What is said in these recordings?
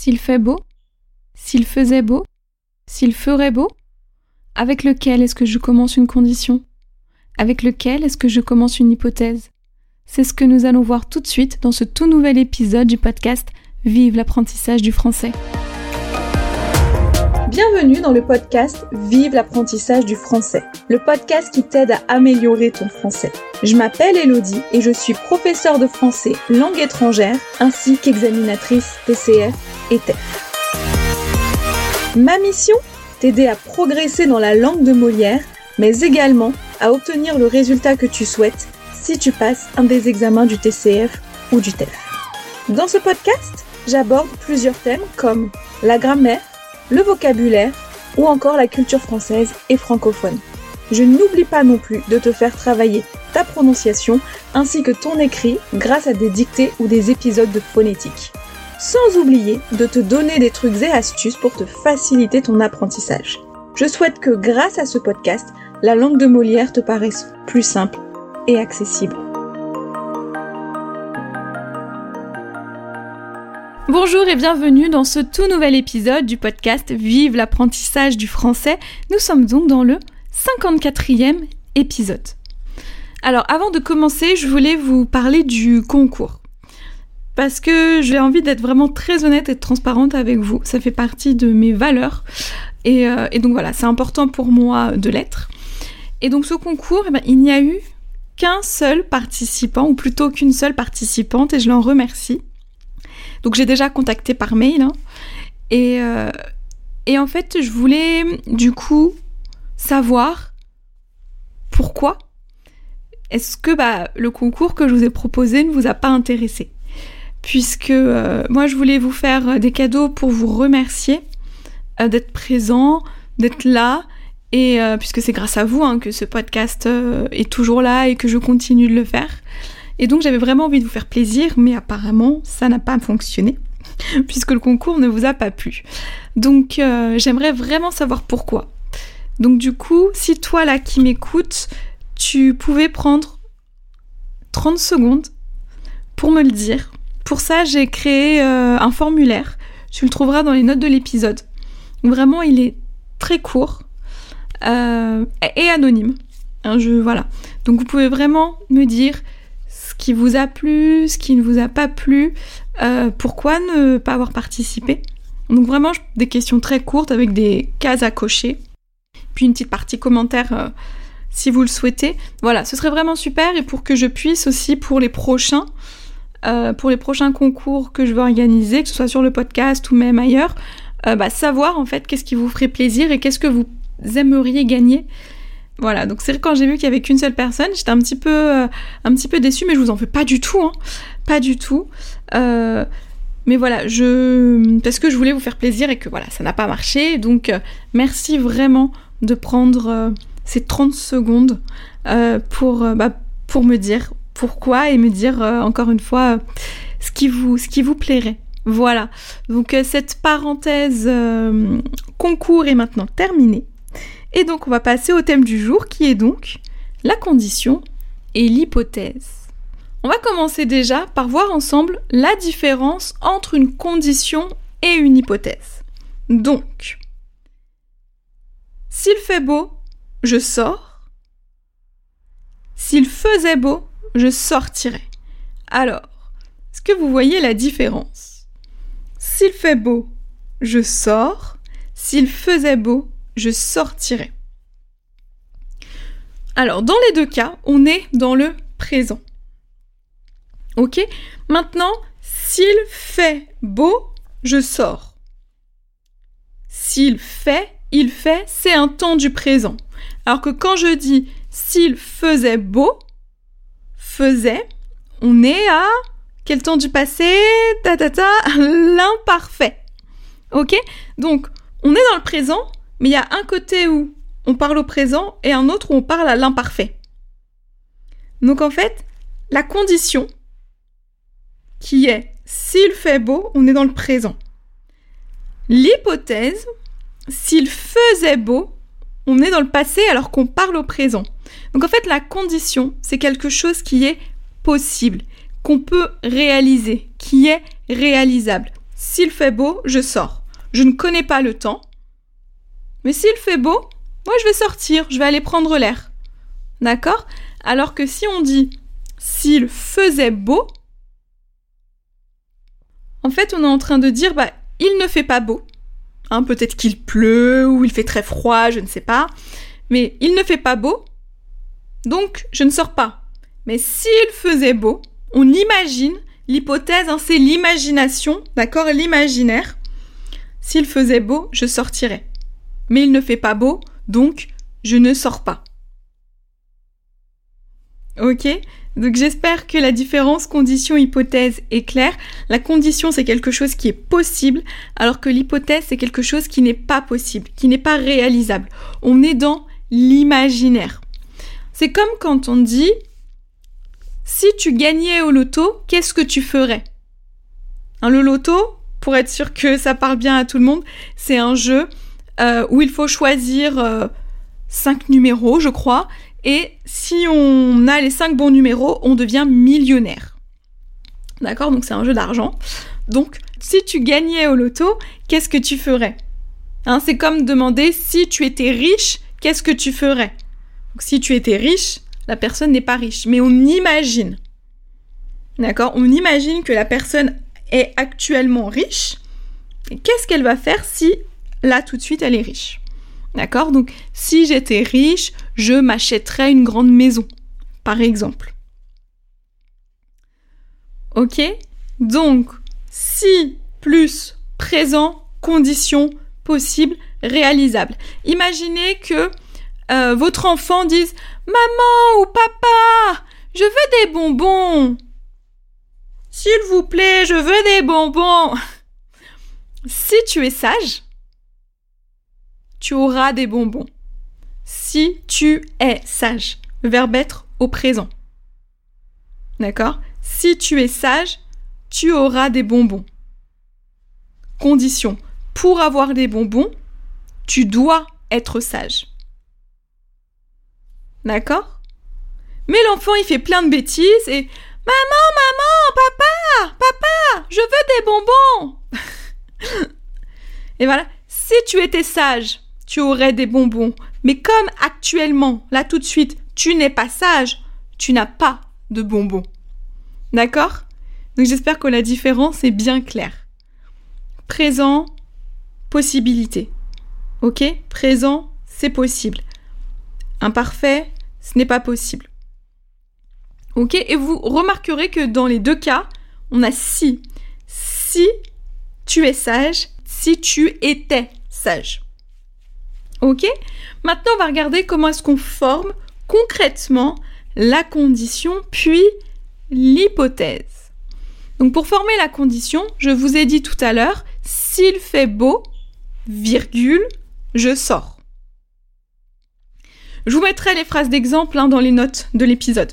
S'il fait beau, s'il faisait beau, s'il ferait beau, avec lequel est-ce que je commence une condition? Avec lequel est-ce que je commence une hypothèse? C'est ce que nous allons voir tout de suite dans ce tout nouvel épisode du podcast Vive l'apprentissage du français. Bienvenue dans le podcast Vive l'apprentissage du français, le podcast qui t'aide à améliorer ton français. Je m'appelle Elodie et je suis professeure de français langue étrangère ainsi qu'examinatrice TCF et TEF. Ma mission, t'aider à progresser dans la langue de Molière, mais également à obtenir le résultat que tu souhaites si tu passes un des examens du TCF ou du TEF. Dans ce podcast, j'aborde plusieurs thèmes comme la grammaire, le vocabulaire ou encore la culture française et francophone. Je n'oublie pas non plus de te faire travailler ta prononciation ainsi que ton écrit grâce à des dictées ou des épisodes de phonétique. Sans oublier de te donner des trucs et astuces pour te faciliter ton apprentissage. Je souhaite que grâce à ce podcast, la langue de Molière te paraisse plus simple et accessible. Bonjour et bienvenue dans ce tout nouvel épisode du podcast Vive l'apprentissage du français. Nous sommes donc dans le 54e épisode. Alors avant de commencer, je voulais vous parler du concours. Parce que j'ai envie d'être vraiment très honnête et transparente avec vous. Ça fait partie de mes valeurs. Et donc voilà, c'est important pour moi de l'être. Et donc ce concours, il n'y a eu qu'un seul participant, ou plutôt qu'une seule participante, et je l'en remercie. Donc j'ai déjà contacté par mail. Et en fait, je voulais du coup savoir pourquoi est-ce que le concours que je vous ai proposé ne vous a pas intéressé. Puisque moi, je voulais vous faire des cadeaux pour vous remercier d'être présent, d'être là, et puisque c'est grâce à vous que ce podcast est toujours là et que je continue de le faire. Et donc, j'avais vraiment envie de vous faire plaisir, mais apparemment, ça n'a pas fonctionné, puisque le concours ne vous a pas plu. Donc, j'aimerais vraiment savoir pourquoi. Donc, du coup, si toi, là, qui m'écoutes, tu pouvais prendre 30 secondes pour me le dire. Pour ça, j'ai créé un formulaire. Tu le trouveras dans les notes de l'épisode. Vraiment, il est très court et anonyme. Voilà. Donc, vous pouvez vraiment me dire ce qui vous a plu, ce qui ne vous a pas plu, pourquoi ne pas avoir participé. Donc, vraiment, des questions très courtes avec des cases à cocher. Puis une petite partie commentaire si vous le souhaitez. Voilà, ce serait vraiment super. Et pour que je puisse aussi, pour les prochains concours que je vais organiser, que ce soit sur le podcast ou même ailleurs, savoir en fait qu'est-ce qui vous ferait plaisir et qu'est-ce que vous aimeriez gagner. Voilà, donc c'est vrai que quand j'ai vu qu'il y avait qu'une seule personne, j'étais un petit peu déçue, mais je vous en fais pas du tout, pas du tout. Mais voilà, parce que je voulais vous faire plaisir et que voilà, ça n'a pas marché. Donc merci vraiment de prendre ces 30 secondes pour me dire pourquoi et me dire encore une fois ce qui vous plairait. Voilà, donc cette parenthèse concours est maintenant terminée. Et donc on va passer au thème du jour qui est donc la condition et l'hypothèse. On va commencer déjà par voir ensemble la différence entre une condition et une hypothèse. Donc, s'il fait beau, je sors. S'il faisait beau, je sortirais. Alors, est-ce que vous voyez la différence? S'il fait beau, je sors. S'il faisait beau, je sortirais. Alors, dans les deux cas, on est dans le présent. Ok? Maintenant, s'il fait beau, je sors. S'il fait, il fait, c'est un temps du présent. Alors que quand je dis s'il faisait beau, faisait, on est à quel temps du passé? L'imparfait. Ok? Donc, on est dans le présent, mais il y a un côté où on parle au présent et un autre où on parle à l'imparfait. Donc en fait, la condition qui est s'il fait beau, on est dans le présent. L'hypothèse, s'il faisait beau, on est dans le passé alors qu'on parle au présent. Donc en fait, la condition, c'est quelque chose qui est possible, qu'on peut réaliser, qui est réalisable. s'il fait beau, je sors. Je ne connais pas le temps. Mais s'il fait beau, moi je vais sortir, je vais aller prendre l'air. D'accord ? Alors que si on dit s'il faisait beau, en fait on est en train de dire il ne fait pas beau. Peut-être qu'il pleut ou il fait très froid, je ne sais pas. Mais il ne fait pas beau, donc je ne sors pas. Mais s'il faisait beau, on imagine, l'hypothèse, c'est l'imagination, d'accord ? L'imaginaire. S'il faisait beau, je sortirais. Mais il ne fait pas beau, donc je ne sors pas. Ok ? Donc j'espère que la différence condition-hypothèse est claire. La condition, c'est quelque chose qui est possible, alors que l'hypothèse, c'est quelque chose qui n'est pas possible, qui n'est pas réalisable. On est dans l'imaginaire. C'est comme quand on dit « Si tu gagnais au loto, qu'est-ce que tu ferais ?» Le loto, pour être sûr que ça parle bien à tout le monde, c'est un jeu où il faut choisir 5 numéros, je crois, et si on a les 5 bons numéros, on devient millionnaire. D'accord ? Donc c'est un jeu d'argent. Donc, si tu gagnais au loto, qu'est-ce que tu ferais ? C'est comme demander si tu étais riche, qu'est-ce que tu ferais ? Donc, si tu étais riche, la personne n'est pas riche, mais on imagine. D'accord ? On imagine que la personne est actuellement riche. Et qu'est-ce qu'elle va faire si, là, tout de suite, elle est riche ? D'accord ? Donc, si j'étais riche, je m'achèterais une grande maison, par exemple. Ok ? Donc, si plus présent, condition, possible, réalisable. Imaginez que votre enfant dise « Maman ou papa, je veux des bonbons. S'il vous plaît, je veux des bonbons. » Si tu es sage, tu auras des bonbons. Si tu es sage, le verbe être au présent. D'accord ? Si tu es sage, tu auras des bonbons. Condition. Pour avoir des bonbons, tu dois être sage. D'accord ? Mais l'enfant, il fait plein de bêtises et « Maman, papa, je veux des bonbons !» Et voilà, si tu étais sage, tu aurais des bonbons. Mais comme actuellement, là tout de suite, tu n'es pas sage, tu n'as pas de bonbons. D'accord ? Donc j'espère que la différence est bien claire. Présent, possibilité. Ok ? Présent, c'est possible. Imparfait, ce n'est pas possible. Ok ? Et vous remarquerez que dans les deux cas, on a si. Si tu es sage, si tu étais sage. Ok ? Maintenant, on va regarder comment est-ce qu'on forme concrètement la condition, puis l'hypothèse. Donc, pour former la condition, je vous ai dit tout à l'heure, s'il fait beau, virgule, je sors. Je vous mettrai les phrases d'exemple dans les notes de l'épisode.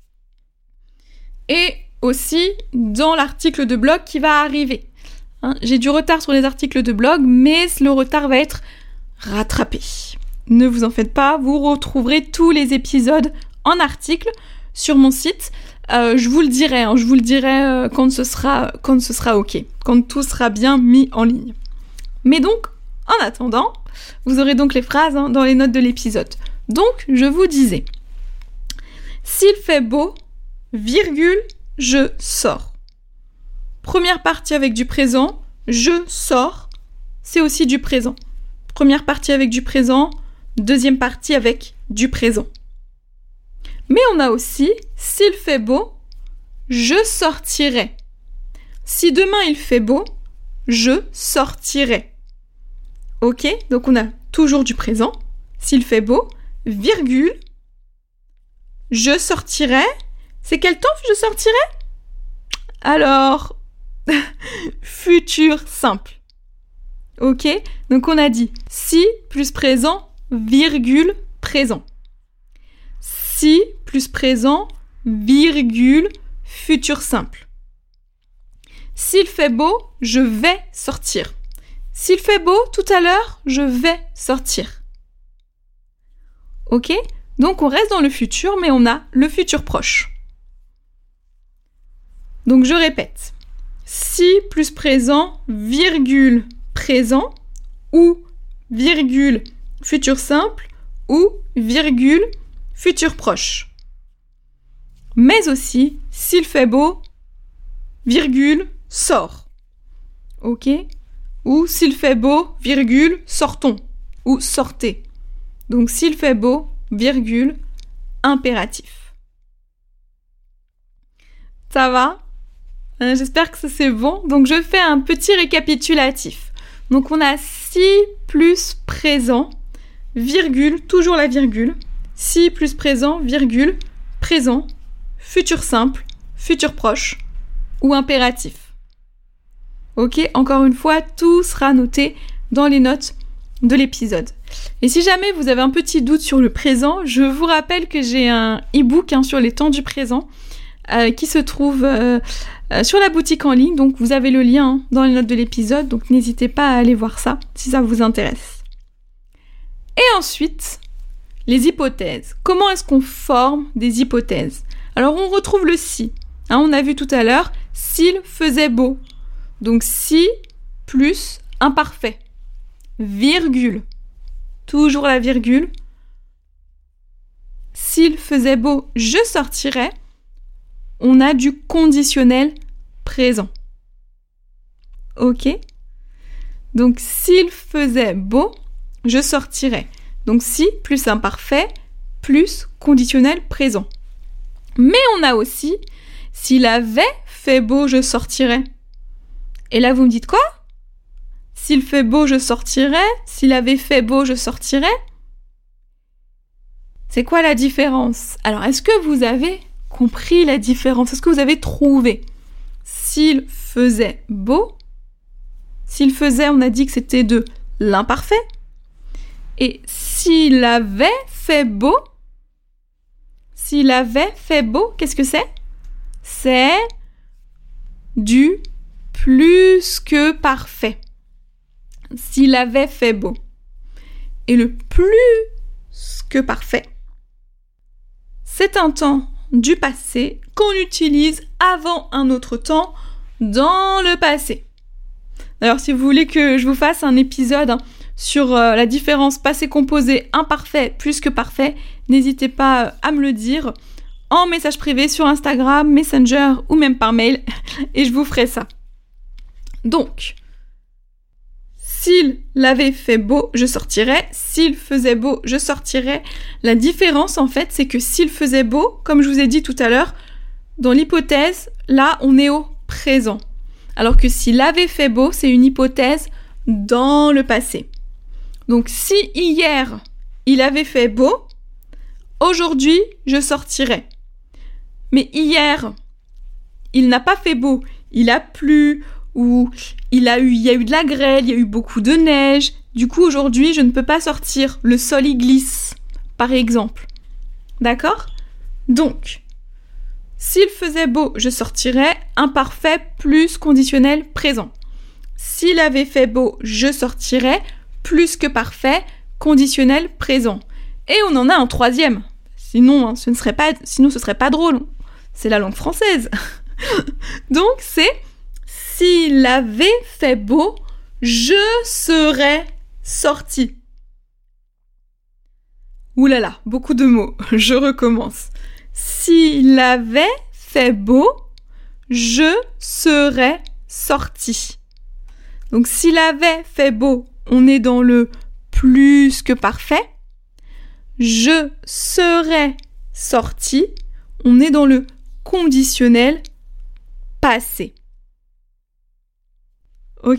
Et aussi dans l'article de blog qui va arriver. J'ai du retard sur les articles de blog, mais le retard va être rattrapé. Ne vous en faites pas, vous retrouverez tous les épisodes en article sur mon site. Je vous le dirai quand ce sera ok, quand tout sera bien mis en ligne. Mais donc, en attendant, vous aurez donc les phrases dans les notes de l'épisode. Donc, je vous disais, s'il fait beau, virgule, je sors. Première partie avec du présent, je sors, c'est aussi du présent. Première partie avec du présent, deuxième partie avec du présent. Mais on a aussi, s'il fait beau, je sortirai. Si demain il fait beau, je sortirai. Ok ? Donc on a toujours du présent. S'il fait beau, virgule, je sortirai. C'est quel temps je sortirai ? Alors, futur simple. Ok ? Donc on a dit si plus présent, virgule, présent. Si plus présent, virgule, futur simple. S'il fait beau, je vais sortir. S'il fait beau, tout à l'heure, je vais sortir. Ok ? Donc on reste dans le futur, mais on a le futur proche. Donc je répète. si plus présent, virgule présent, ou virgule futur simple, ou virgule futur proche. Mais aussi, s'il fait beau, virgule, sort. Ok ? Ou s'il fait beau, virgule, sortons. Ou sortez. Donc s'il fait beau, virgule, impératif. Ça va ? J'espère que ça c'est bon. Donc je fais un petit récapitulatif. Donc on a si plus présent, virgule, toujours la virgule. Si plus présent, virgule, présent, futur simple, futur proche ou impératif. Ok, encore une fois, tout sera noté dans les notes de l'épisode. Et si jamais vous avez un petit doute sur le présent, je vous rappelle que j'ai un e-book sur les temps du présent qui se trouve sur la boutique en ligne. Donc vous avez le lien dans les notes de l'épisode, donc n'hésitez pas à aller voir ça si ça vous intéresse. Et ensuite, les hypothèses. Comment est-ce qu'on forme des hypothèses ? Alors on retrouve le si. On a vu tout à l'heure, s'il faisait beau. Donc si plus imparfait. Virgule. Toujours la virgule. S'il faisait beau, je sortirais. On a du conditionnel présent. Ok ? Donc s'il faisait beau, je sortirais. Donc si plus imparfait, plus conditionnel présent. Mais on a aussi, s'il avait fait beau, je sortirais. Et là, vous me dites quoi ? S'il fait beau, je sortirais. S'il avait fait beau, je sortirais. C'est quoi la différence ? Alors, est-ce que vous avez compris la différence ? Est-ce que vous avez trouvé ? S'il faisait beau, s'il faisait, on a dit que c'était de l'imparfait. Et s'il avait fait beau, qu'est-ce que c'est ? C'est du plus que parfait. S'il avait fait beau. Et le plus que parfait, c'est un temps du passé qu'on utilise avant un autre temps dans le passé. D'ailleurs, si vous voulez que je vous fasse un épisode sur la différence passé composé imparfait plus que parfait, n'hésitez pas à me le dire en message privé sur Instagram, Messenger ou même par mail et je vous ferai ça. Donc, s'il avait fait beau, je sortirais. S'il faisait beau, je sortirais. La différence, en fait, c'est que s'il faisait beau, comme je vous ai dit tout à l'heure, dans l'hypothèse, là, on est au présent. Alors que s'il avait fait beau, c'est une hypothèse dans le passé. Donc, si hier, il avait fait beau, aujourd'hui, je sortirais. Mais hier, il n'a pas fait beau. Il a plu, ou il y a eu de la grêle, il y a eu beaucoup de neige. Du coup, aujourd'hui, je ne peux pas sortir. Le sol y glisse, par exemple. D'accord ? Donc, s'il faisait beau, je sortirais. Imparfait plus conditionnel présent. S'il avait fait beau, je sortirais. Plus que parfait, conditionnel présent. Et on en a un troisième. Sinon, ce serait pas drôle. C'est la langue française. Donc, c'est s'il avait fait beau, je serais sorti. Ouh là là, beaucoup de mots. Je recommence. S'il avait fait beau, je serais sorti. Donc, s'il avait fait beau, on est dans le plus que parfait. Je serais sorti. On est dans le conditionnel passé. Ok ?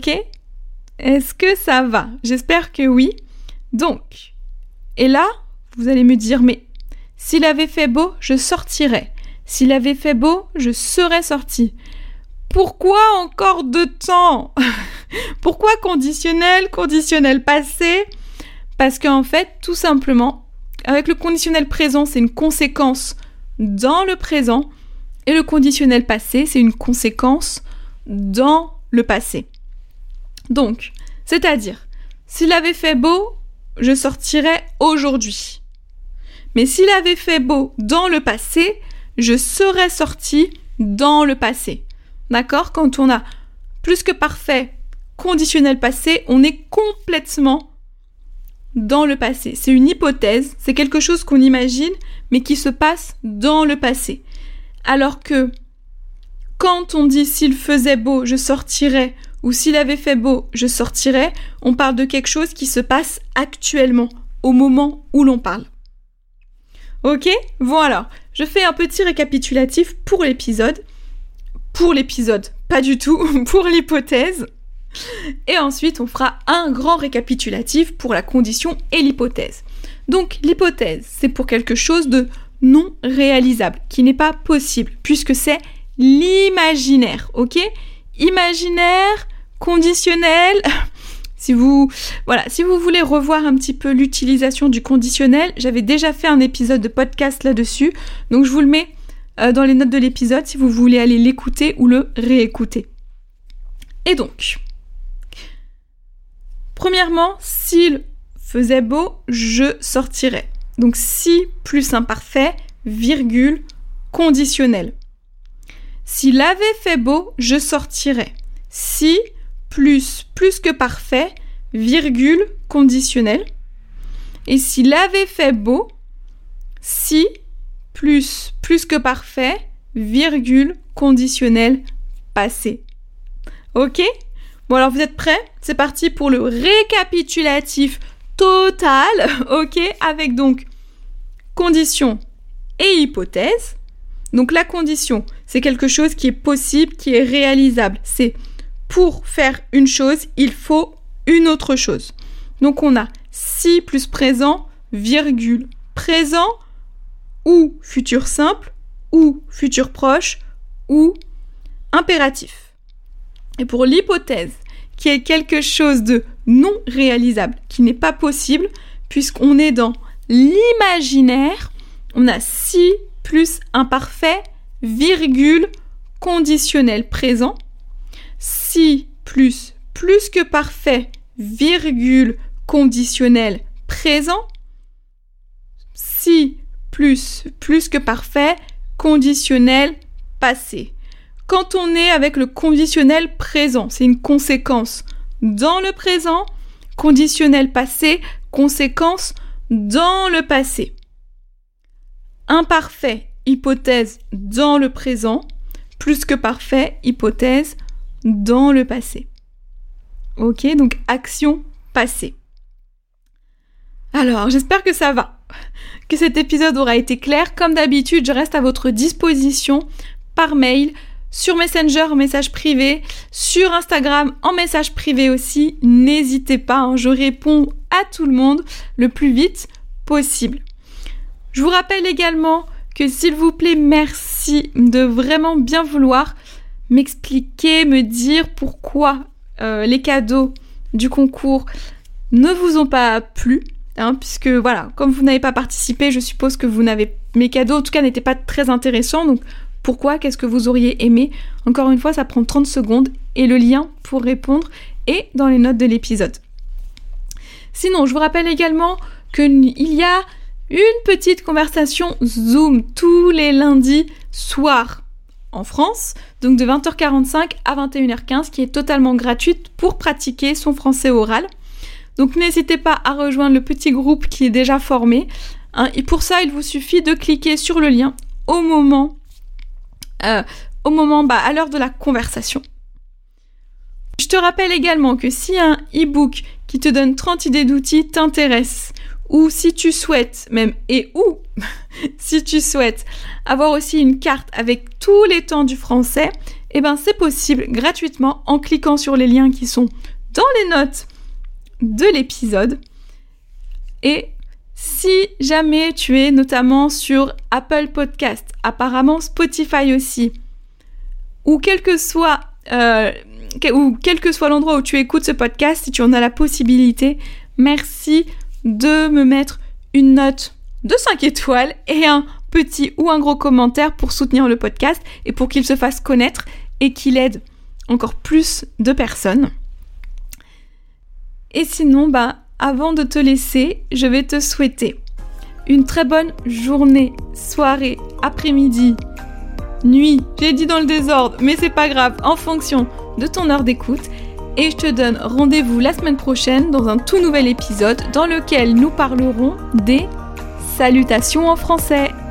Est-ce que ça va ? J'espère que oui. Donc, et là, vous allez me dire, mais s'il avait fait beau, je sortirais. S'il avait fait beau, je serais sorti. Pourquoi encore deux temps ? Pourquoi conditionnel passé ? Parce qu'en fait, tout simplement, avec le conditionnel présent, c'est une conséquence dans le présent, et le conditionnel passé, c'est une conséquence dans le passé. Donc, c'est-à-dire, s'il avait fait beau, je sortirais aujourd'hui. Mais s'il avait fait beau dans le passé, je serais sorti dans le passé. D'accord ? Quand on a plus que parfait, conditionnel passé, on est complètement dans le passé. C'est une hypothèse, c'est quelque chose qu'on imagine, mais qui se passe dans le passé. Alors que quand on dit s'il faisait beau, je sortirais, ou s'il avait fait beau, je sortirais, on parle de quelque chose qui se passe actuellement, au moment où l'on parle. Ok ? Bon alors, je fais un petit récapitulatif pour l'épisode. Pour l'épisode, pas du tout, pour l'hypothèse. Et ensuite, on fera un grand récapitulatif pour la condition et l'hypothèse. Donc, l'hypothèse, c'est pour quelque chose de non réalisable, qui n'est pas possible, puisque c'est l'imaginaire, ok ? Imaginaire, conditionnel. Si vous voulez revoir un petit peu l'utilisation du conditionnel, j'avais déjà fait un épisode de podcast là-dessus, donc je vous le mets dans les notes de l'épisode si vous voulez aller l'écouter ou le réécouter. Et donc, premièrement, s'il faisait beau, je sortirais. Donc si plus imparfait, virgule, conditionnel. S'il avait fait beau, je sortirais. Si plus que parfait, virgule, conditionnel. Et s'il avait fait beau, si plus que parfait, virgule, conditionnel, passé. Ok ? Bon alors vous êtes prêts ? C'est parti pour le récapitulatif total, ok ? Avec donc condition et hypothèse. Donc la condition, c'est quelque chose qui est possible, qui est réalisable. C'est pour faire une chose, il faut une autre chose. Donc on a si plus présent, virgule, présent ou futur simple ou futur proche ou impératif. Et pour l'hypothèse, qui est quelque chose de non réalisable, qui n'est pas possible, puisqu'on est dans l'imaginaire, on a si plus imparfait, virgule, conditionnel présent. Si plus que parfait, virgule, conditionnel présent. Si plus que parfait, conditionnel passé. Quand on est avec le conditionnel présent, c'est une conséquence dans le présent, conditionnel passé, conséquence dans le passé. Imparfait, hypothèse dans le présent, plus que parfait, hypothèse dans le passé. Ok, donc action passée. Alors, j'espère que ça va, que cet épisode aura été clair. Comme d'habitude, je reste à votre disposition par mail, sur Messenger en message privé, sur Instagram en message privé aussi. N'hésitez pas, je réponds à tout le monde le plus vite possible. Je vous rappelle également que s'il vous plaît, merci de vraiment bien vouloir m'expliquer, me dire pourquoi les cadeaux du concours ne vous ont pas plu, puisque voilà, comme vous n'avez pas participé, je suppose que mes cadeaux en tout cas n'étaient pas très intéressants, donc pourquoi, qu'est-ce que vous auriez aimé ? Encore une fois, ça prend 30 secondes et le lien pour répondre est dans les notes de l'épisode. Sinon, je vous rappelle également qu'il y a une petite conversation Zoom tous les lundis soirs en France, donc de 20h45 à 21h15, qui est totalement gratuite pour pratiquer son français oral. Donc n'hésitez pas à rejoindre le petit groupe qui est déjà formé. Et pour ça, il vous suffit de cliquer sur le lien à l'heure de la conversation. Je te rappelle également que si un e-book qui te donne 30 idées d'outils t'intéresse, ou si tu souhaites si tu souhaites avoir aussi une carte avec tous les temps du français, c'est possible gratuitement en cliquant sur les liens qui sont dans les notes de l'épisode. Et si jamais tu es notamment sur Apple Podcast, apparemment Spotify aussi, ou quel que soit l'endroit où tu écoutes ce podcast, si tu en as la possibilité, merci de me mettre une note de 5 étoiles et un petit ou un gros commentaire pour soutenir le podcast et pour qu'il se fasse connaître et qu'il aide encore plus de personnes. Et sinon, avant de te laisser, je vais te souhaiter une très bonne journée, soirée, après-midi, nuit. J'ai dit dans le désordre, mais c'est pas grave, en fonction de ton heure d'écoute et je te donne rendez-vous la semaine prochaine dans un tout nouvel épisode dans lequel nous parlerons des salutations en français.